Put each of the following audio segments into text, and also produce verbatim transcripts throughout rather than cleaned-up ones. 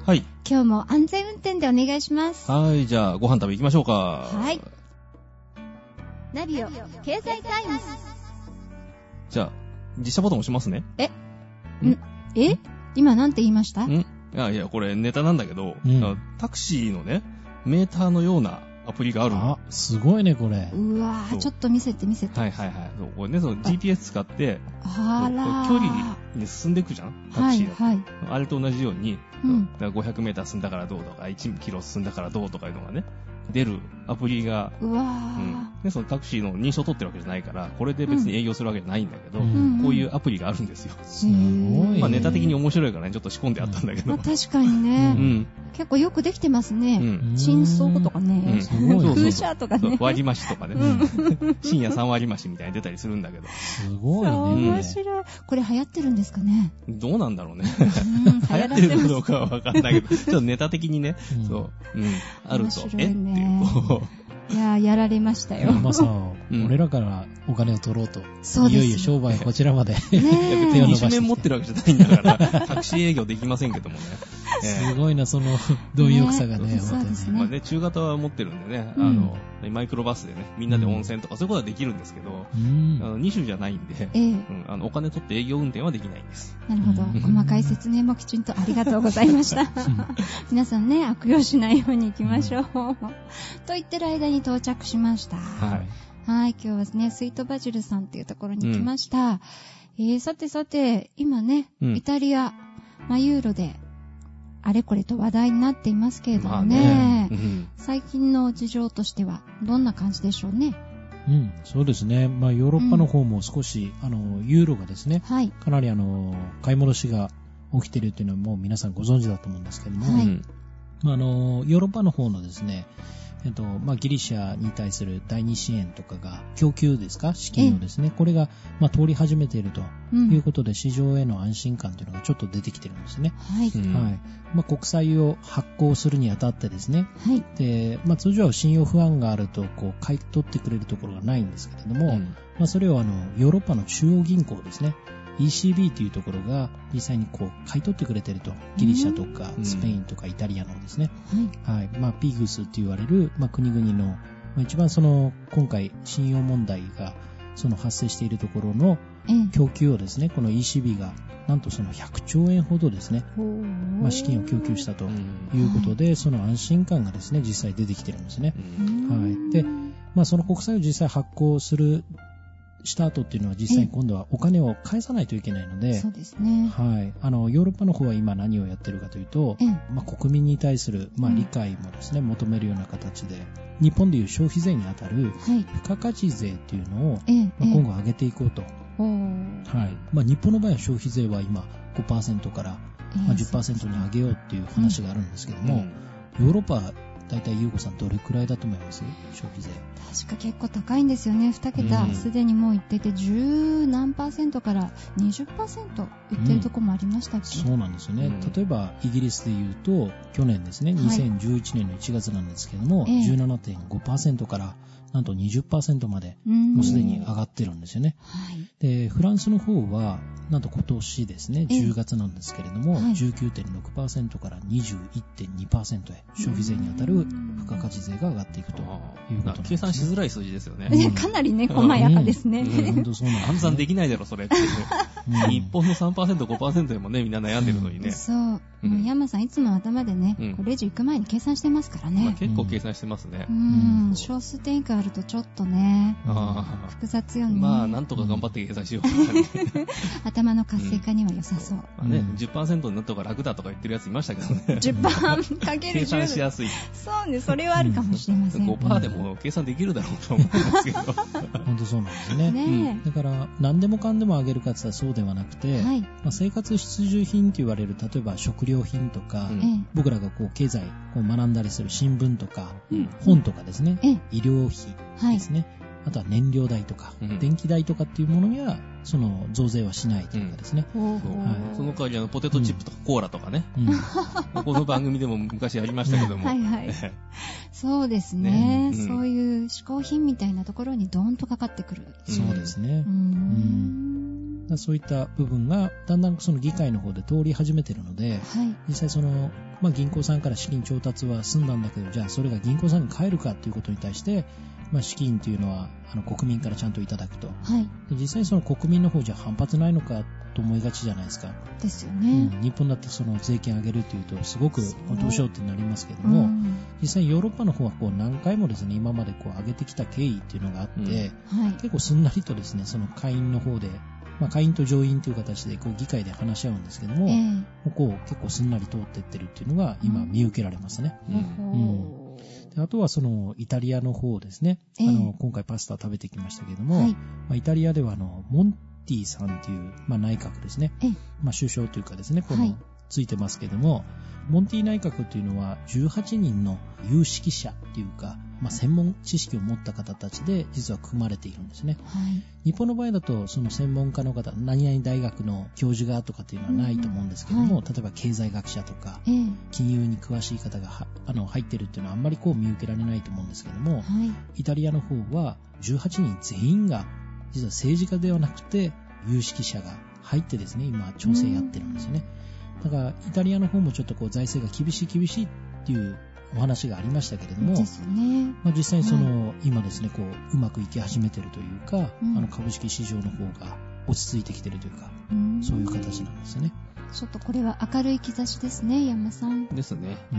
はい。 今日も安全運転でお願いします。 はい、じゃあご飯食べ行きましょうか。 はい。ナビオ経済タイムズ。 じゃあ実写ボタン押しますね。 え？ん？え？今なんて言いました？ ん？いやいや、これネタなんだけど、 うん、 タクシーのねメーターのようなアプリがあるの。 あ、すごいねこれ。 うわー、ちょっと見せて見せて。 はいはいはい。そうこれね、その ジーピーエス 使ってあら距離に進んでいくじゃん、タクシーだと、 はいはい、 あれと同じように、 うん、 だからごひゃくメーター進んだからどうとかいちキロ進んだからどうとかいうのがね出るアプリが、 うわー、 うん、でそのタクシーの認証取ってるわけじゃないからこれで別に営業するわけじゃないんだけど、うん、こういうアプリがあるんですよ。 すごい、 まあ、ネタ的に面白いからねちょっと仕込んであったんだけど、 まあ、確かにね、 うん、 結構よくできてますね、うん、 真相とかね、 うん、 風車とかね、 割増しとかね、うん、深夜さん割増しみたいに出たりするんだけど、 すごいね。 面白い。これ流行ってるんですかね。 どうなんだろうね、 うん、 流行ってるかどうかは分かんないけどちょっとネタ的にね、うん、そう、うん、あると、 ね、 えっていういややられましたよ。 まあさ、うん、俺らからお金を取ろうと、 そうです、 いよいよ商売こちらまで、ね、 手を伸ばして、二面持ってるわけじゃないんだからタクシー営業できませんけどもね。 すごいなその貪欲さがね。 ね、そうですね。 まあね、中型は持ってるんでね、うん、あのマイクロバスでねみんなで温泉とかそういうことはできるんですけど、うん、あのに種じゃないんで、 ええ、 うん、あのお金取って営業運転はできないんです。 なるほど、細かい説明もきちんとありがとうございました皆さんね悪用しないように行きましょう、うん、と言ってる間に到着しました。 はい、 はい、今日はですねスイートバジルさんっていうところに来ました、うん、えー、さてさて今ね、うん、イタリア、まあ、ユーロであれこれと話題になっていますけれどもね、まあね、うん、最近の事情としてはどんな感じでしょうね。 うん、そうですね。まあヨーロッパの方も少し、うん、あのユーロがですね、はい、かなりあの買い戻しが起きているというのはもう皆さんご存知だと思うんですけども、はい、まあ、あのヨーロッパの方のですね、えっとまあ、ギリシャに対する第二支援とかが供給ですか資金のですねこれが、まあ、通り始めているということで、うん、市場への安心感というのがちょっと出てきてるんですね。 はい、 はいまあ、国債を発行するにあたってですね、 はい、 でまあ、通常は信用不安があるとこう買い取ってくれるところがないんですけれども、うんまあ、それをあのヨーロッパの中央銀行ですねイーシービー というところが実際にこう買い取ってくれていると、ギリシャとかスペインとかイタリアのですね、はいはいまあ、ピーグスと言われる、まあ、国々の、まあ、一番その今回信用問題がその発生しているところの供給をですね、この イーシービー がなんとそのひゃくちょうえんほどですね、まあ、資金を供給したということで、その安心感がですね実際出てきてるんですね。はいでまあ、その国債を実際発行するした後っていうのは実際に今度はお金を返さないといけないので、 そうですね。 はい、あのヨーロッパの方は今何をやってるかというと、まあ、国民に対する、まあ、理解もですね、うん、求めるような形で日本でいう消費税にあたる付加価値税っていうのを、はいまあ、今後上げていこうと、はいまあ、日本の場合は消費税は今 ごパーセント から、まあ、じゅっパーセント に上げようっていう話があるんですけども、うん、ヨーロッパだいたい優子さんどれくらいだと思います？消費税確か結構高いんですよね。に桁すで、うん、にもういっていてじゅう何パーセントからにじゅっパーセントいってるところもありましたっけ、 うん、そうなんですよね、うん、例えばイギリスでいうと去年ですね、にせんじゅういちねんのいちがつなんですけども、はい、じゅうななてんごパーセント からなんと にじゅっパーセント までもうすでに上がってるんですよね、 はい、 でフランスの方はなんと今年ですねじゅうがつなんですけれども、はい、じゅうきゅうてんろくパーセント から にじゅういってんにパーセント へ消費税にあたる付加価値税が上がっていくということなんです、ね、 計算しづらい数字ですよね、 うん、かなりね細やかですね、 うんうん、本当そうなんですね、 暗算できないだろそれってうん、日本の さんパーセント、ごパーセント でもねみんな悩んでるのにね、うん、 そう、うん、山さんいつも頭でね、うん、レジ行く前に計算してますからね、 まあ、結構計算してますね、 うん、うん、小数点以下あるとちょっとね、 あ複雑よね。 まあなんとか頑張って計算しようかな、ね、 頭の活性化には良さそう、うんまあね、じゅっパーセント になった方が楽だとか言ってるやついましたけどねじゅっパーセント かけるじゅう計算しやすい、 そうね、それはあるかもしれません、うん、 ごパーセント でも計算できるだろうと思うんですけど本当そうなんですね、 ね、 だから何でもかんでも上げるかつはそうではなくて、はいまあ、生活必需品と言われる例えば食料品とか、うん、僕らがこう経済を学んだりする新聞とか、うん、本とかですね、うん、医療費ですね、はいあとは燃料代とか、うん、電気代とかっていうものにはその増税はしないというかですね、 うんそうはい、その代わりあのポテトチップとかコーラとかね、うん、この番組でも昔やりましたけども、 はいはい、そうですね、ねうん、そういう嗜好品みたいなところにドーンとかかってくる、 そうですね、 うんだそういった部分がだんだんその議会の方で通り始めてるので、はい、実際その、まあ、銀行さんから資金調達は済んだんだけど、じゃあそれが銀行さんに返るかということに対して、まあ、資金というのはあの国民からちゃんといただくと、はい、で実際その国民の方じゃ反発ないのかと思いがちじゃないですか。 ですよね、 うん、日本だってその税金上げるというとすごくどうしようってなりますけども、うん、実際ヨーロッパの方はこう何回もですね今までこう上げてきた経緯っていうのがあって、うんはい、結構すんなりとですねその下院の方で、まあ、下院と上院という形でこう議会で話し合うんですけども、えー、ここを結構すんなり通っていってるっていうのが今見受けられますね、うんうんであとはそのイタリアの方ですね、えー、あの今回パスタ食べてきましたけども、はいまあ、イタリアではあのモンティさんという、まあ、内閣ですね、えーまあ、首相というかですねこの、はいついてますけども、モンティ内閣というのはじゅうはちにんの有識者というか、まあ、専門知識を持った方たちで実は組まれているんですね、はい、日本の場合だとその専門家の方何々大学の教授がとかっていうのはないと思うんですけども、うんはい、例えば経済学者とか、えー、金融に詳しい方がはあの入ってるっていうのはあんまりこう見受けられないと思うんですけども、はい、イタリアの方はじゅうはちにん全員が実は政治家ではなくて有識者が入ってですね今調整やってるんですよね、うんだからイタリアの方もちょっとこう財政が厳しい厳しいっていうお話がありましたけれども、ですねまあ、実際にその、はい、今ですねこううまくいき始めてるというか、うん、あの株式市場の方が落ち着いてきてるというか、うん、そういう形なんですよね。 ちょっとこれは明るい兆しですね山さんですね。 うん、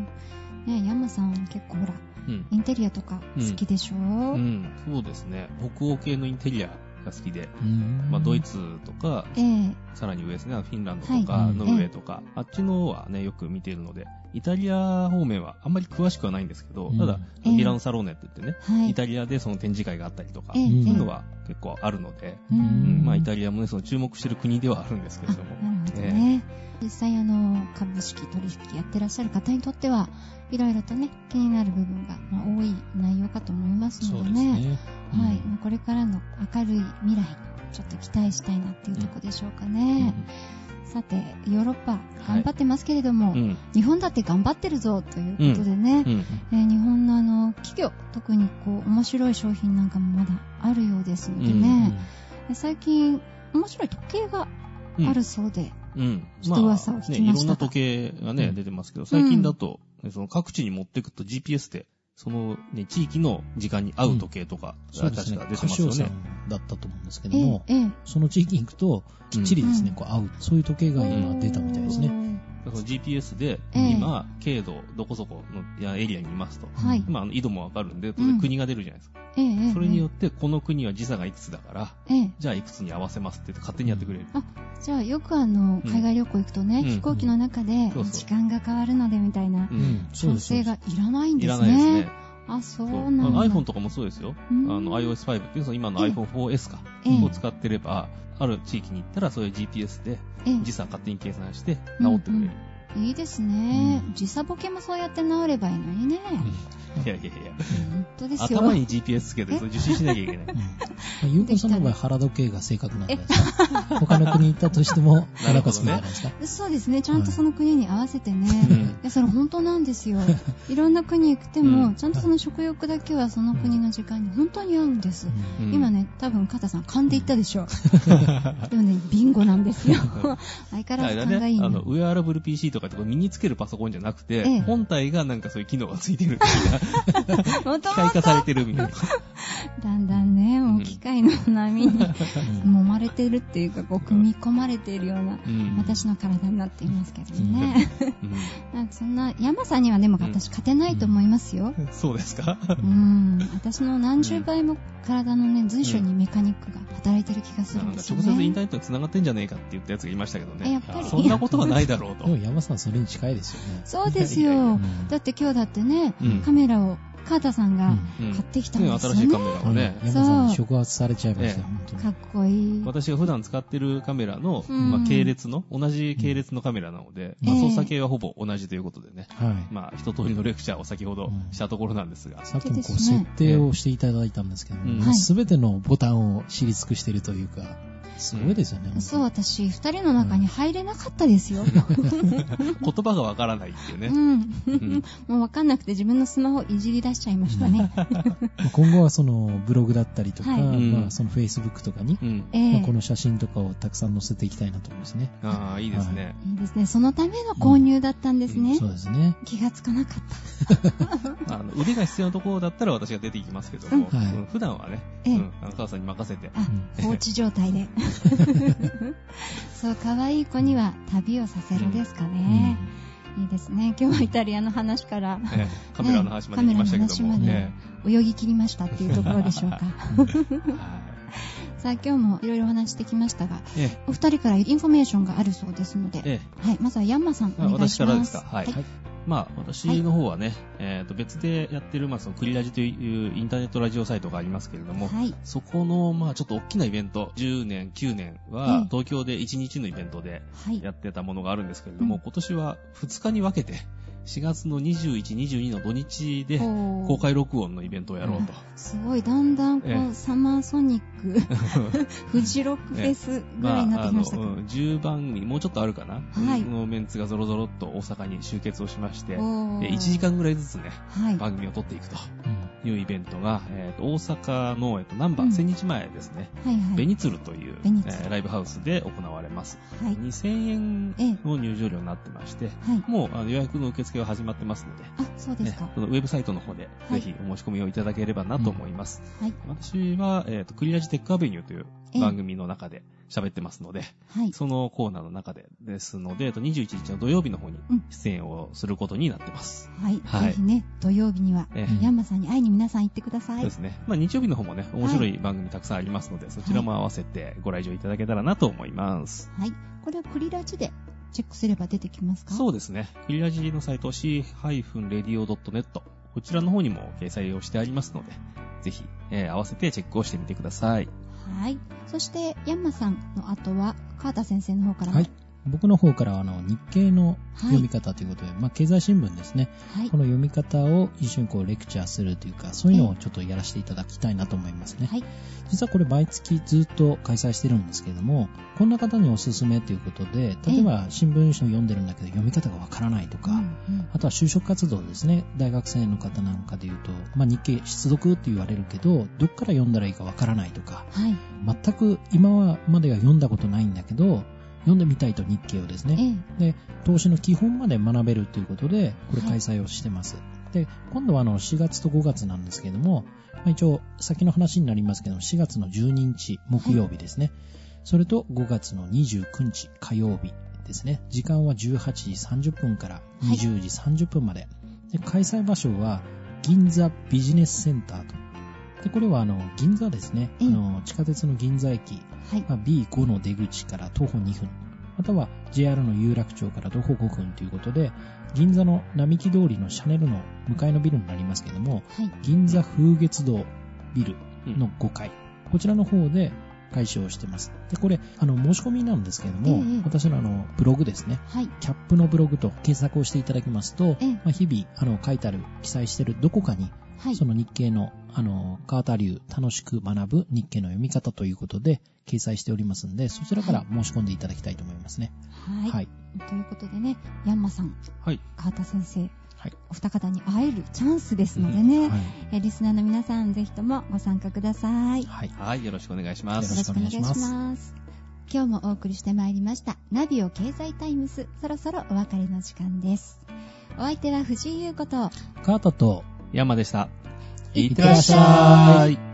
ね山さん結構ほら、うん、インテリアとか好きでしょ、うんうん、そうですね北欧系のインテリアが好きで、まあ、ドイツとか、えー、さらに上ですねフィンランドとか、はい、ノルウェーとか、えー、あっちのはねよく見ているのでイタリア方面はあんまり詳しくはないんですけど、うん、ただ、えー、ミラノサローネって言ってね、はい、イタリアでその展示会があったりとか、えー、そういうのは結構あるので、うんうんまあ、イタリアもねその注目してる国ではあるんですけれども、 なるほどね、えー、実際あの株式取引やってらっしゃる方にとってはいろいろとね気になる部分が、まあ、多い内容かと思いますので ね, そうですね、うんはいまあ、これからの明るい未来ちょっと期待したいなっていうところでしょうかね、うん、さてヨーロッパ頑張ってますけれども、はいうん、日本だって頑張ってるぞということでね、うんうんえー、日本のあの企業特にこう面白い商品なんかもまだあるようですのでね、うんうん、最近面白い時計があるそうで、うん、ちょっと噂を聞きました、まあね、いろんな時計がね、うん、出てますけど最近だと、ね、その各地に持っていくと ジーピーエス でその、ね、地域の時間に合う時計とか、うん、確か出てますよね。カシオさんだったと思うんですけども、ええ、その地域に行くときっちりですね、うん、こう合うそういう時計が今出たみたいですね。 その ジーピーエス で今、ええ、経度どこそこのエリアにいますと、はい、今あの緯度もわかるんで、国が出るじゃないですか、うん、それによってこの国は時差がいくつだから、ええ、じゃあいくつに合わせますって言って勝手にやってくれる。 あ、じゃあよくあの海外旅行行くとね、うん、飛行機の中で時間が変わるのでみたいな調整がいらないんですね。いらないですね。あ、そうなんだ。 あの iPhone とかもそうですよ。あの アイオーエスファイブ っていうその今の アイフォンフォーエス か、を使ってれば、ある地域に行ったらそういう ジーピーエス で時差勝手に計算して直ってくれる。うんうんいいですね、うん、時差ボケもそうやって治ればいいのにね、 うん、いやいやいや本当ですよ。 頭に ジーピーエス つけて受信しなきゃいけない。 ゆうこさんの場合腹時計が正確なんじゃないですか。他の国行ったとしても腹がつくんじゃないですか。 そうですね、ちゃんとその国に合わせてね、うん、いやそれ本当なんですよ。いろんな国行くても、うん、ちゃんとその食欲だけはその国の時間に本当に合うんです、うん、今ね多分片さん勘で言ったでしょ、うん、でもねビンゴなんですよ。相変わらず勘がいいの、 ね、あのウェアラブル ピーシー とかって身につけるパソコンじゃなくて、ええ、本体がなんかそういう機能がついてるみたいな機械化されてるみたいな。 だんだんねもう機械の波に揉まれてるっていうかこう組み込まれているような、うん、私の体になっていますけどね、うん、なんかそんな山さんにはでも私勝てないと思いますよ、 うん、そうですか。 うん私の何十倍も体のね随所にメカニックが働いてる気がするんですよね。 直接インターネットに繋がってんじゃねえかって言ったやつがいましたけどね。やっぱりそんなことはないだろうと。 でも山さんそれに近いですよね。 そうですよ。いやいやいやだって今日だってね、うん、カメラをカータさんが買ってきたんですよね。 うんうん、新しいカメラをね、 うん、山さんに触発されちゃいましたよ、 本当に。かっこいい。 私が普段使ってるカメラの、うんまあ、系列の同じ系列のカメラなので、うんまあ、操作系はほぼ同じということでね、えー、まあ一通りのレクチャーを先ほどしたところなんですが、うん、 さっきもこう設定をしていただいたんですけども、すべ、うん、てのボタンを知り尽くしているというか。 すごいですよね。 そう、私、二人の中に入れなかったですよ。 言葉がわからないっていうね。うん。 うん、もうわかんなくて自分のスマホいじり出しちゃいましたね。 今後はそのブログだったりとか、はい、まあ、その Facebook とかに、うんまあ、この写真とかをたくさん載せていきたいなと思いますね。 ああ、いいですね、 はい。いいですね。そのための購入だったんですね。 うんうん、そうですね。 気がつかなかった。 あの腕が必要なところだったら私が出ていきますけども、うんはい、普段はね、うん、あの母さんに任せて。 あ、放置状態で。そう、可愛い子には旅をさせるですかね。うん、いいですね。今日はイタリアの話から、 えカメラの話まで行きましたけども、 ね、泳ぎ切りましたっていうところでしょうか。さあ今日もいろいろお話してきましたが、ええ、お二人からインフォメーションがあるそうですので、ええはい、まずはヤンマさんお願いします。 私からですか。はい。はいまあ、私の方はね、はいえー、と別でやってる、まあ、そのクリラジというインターネットラジオサイトがありますけれども、はい、そこの、まあ、ちょっと大きなイベント、じゅうねん、きゅうねんは、東京でいちにちのイベントでやってたものがあるんですけれども、はい、今年はふつかに分けて、しがつのにじゅういち、にじゅうにの土日で公開録音のイベントをやろうと。 すごい、だんだんこう、ええ、サマーソニック、フジロックフェスぐらいになってきましたか、まああのうん、じゅうばん組、もうちょっとあるかな、はい、のメンツがゾロゾロっと大阪に集結をしまして、いちじかんぐらいずつね、はい、番組を撮っていくというイベントが、えー、と大阪の、えー、と難波、うん、千日前ですね、はいはい、ベニツルという、えー、ライブハウスで行われます。はい、にせんえんの入場料になってまして、はい、もうあの予約の受付が始まってますので、 あ、そうですか。 ね、このウェブサイトの方で、ぜひお申し込みをいただければなと思います。はい、私は、えー、とクリラジテックアベニューという番組の中で喋ってますので、はい、そのコーナーの中でですので、にじゅういちにちの土曜日の方に出演をすることになってます。 はい。はい、ぜひね、土曜日には、ヤンマさんに会いに皆さん行ってください。 そうですね。まあ日曜日の方もね、面白い番組たくさんありますので、はい、そちらも合わせてご来場いただけたらなと思います。 はい。これはクリラジでチェックすれば出てきますか？ そうですね。クリラジのサイト シーレディオドットネット こちらの方にも掲載をしてありますので、ぜひ、えー、合わせてチェックをしてみてください。 はい。そして、ヤンマさんの後は、川田先生の方からも。 はい。僕の方からあの日経の読み方ということで、はい、まあ経済新聞ですね、はい、この読み方を一緒にこうレクチャーするというか、そういうのをちょっとやらせていただきたいなと思いますね。はい、実はこれ毎月ずっと開催してるんですけれども、こんな方におすすめということで、例えば新聞紙を読んでるんだけど読み方がわからないとか、うんうん、あとは就職活動ですね、大学生の方なんかで言うと、まあ日経必読って言われるけど、どっから読んだらいいかわからないとか、はい、全く今までは読んだことないんだけど、読んでみたいと日経をですね、ええ、で投資の基本まで学べるということでこれ開催をしてます、はい、で今度はあのしがつとごがつなんですけれども、まあ、一応先の話になりますけどもしがつのじゅうににち木曜日ですね、はい、それとごがつのにじゅうくにち火曜日ですね。時間はじゅうはちじさんじゅっぷんからにじゅうじさんじゅっぷんまで、で開催場所は銀座ビジネスセンターと。でこれはあの銀座ですね、あの地下鉄の銀座駅、はいまあ、ビーご の出口から徒歩にふん、または ジェイアール の有楽町から徒歩ごふんということで、銀座の並木通りのシャネルの向かいのビルになりますけども、はい、銀座風月堂ビルのごかい、うん、こちらの方で開始をしてます。でこれあの申し込みなんですけども、ええ、私のあのブログですね、はい、キャップのブログと検索をしていただきますと、ええまあ、日々あの書いてある記載しているどこかに、はい、その日経のあの川田流楽しく学ぶ日経の読み方ということで掲載しておりますので、そちらから申し込んでいただきたいと思いますね。 はい。はい、ということでね、ヤンマさん、はい、川田先生、はい、お二方に会えるチャンスですのでね、うんはい、えリスナーの皆さんぜひともご参加ください。 はい、はい、よろしくお願いします。 よろしくお願いします。今日もお送りしてまいりましたナビオ経済タイムス、そろそろお別れの時間です。お相手は藤井優子と川田と山でした。 いってらっしゃい。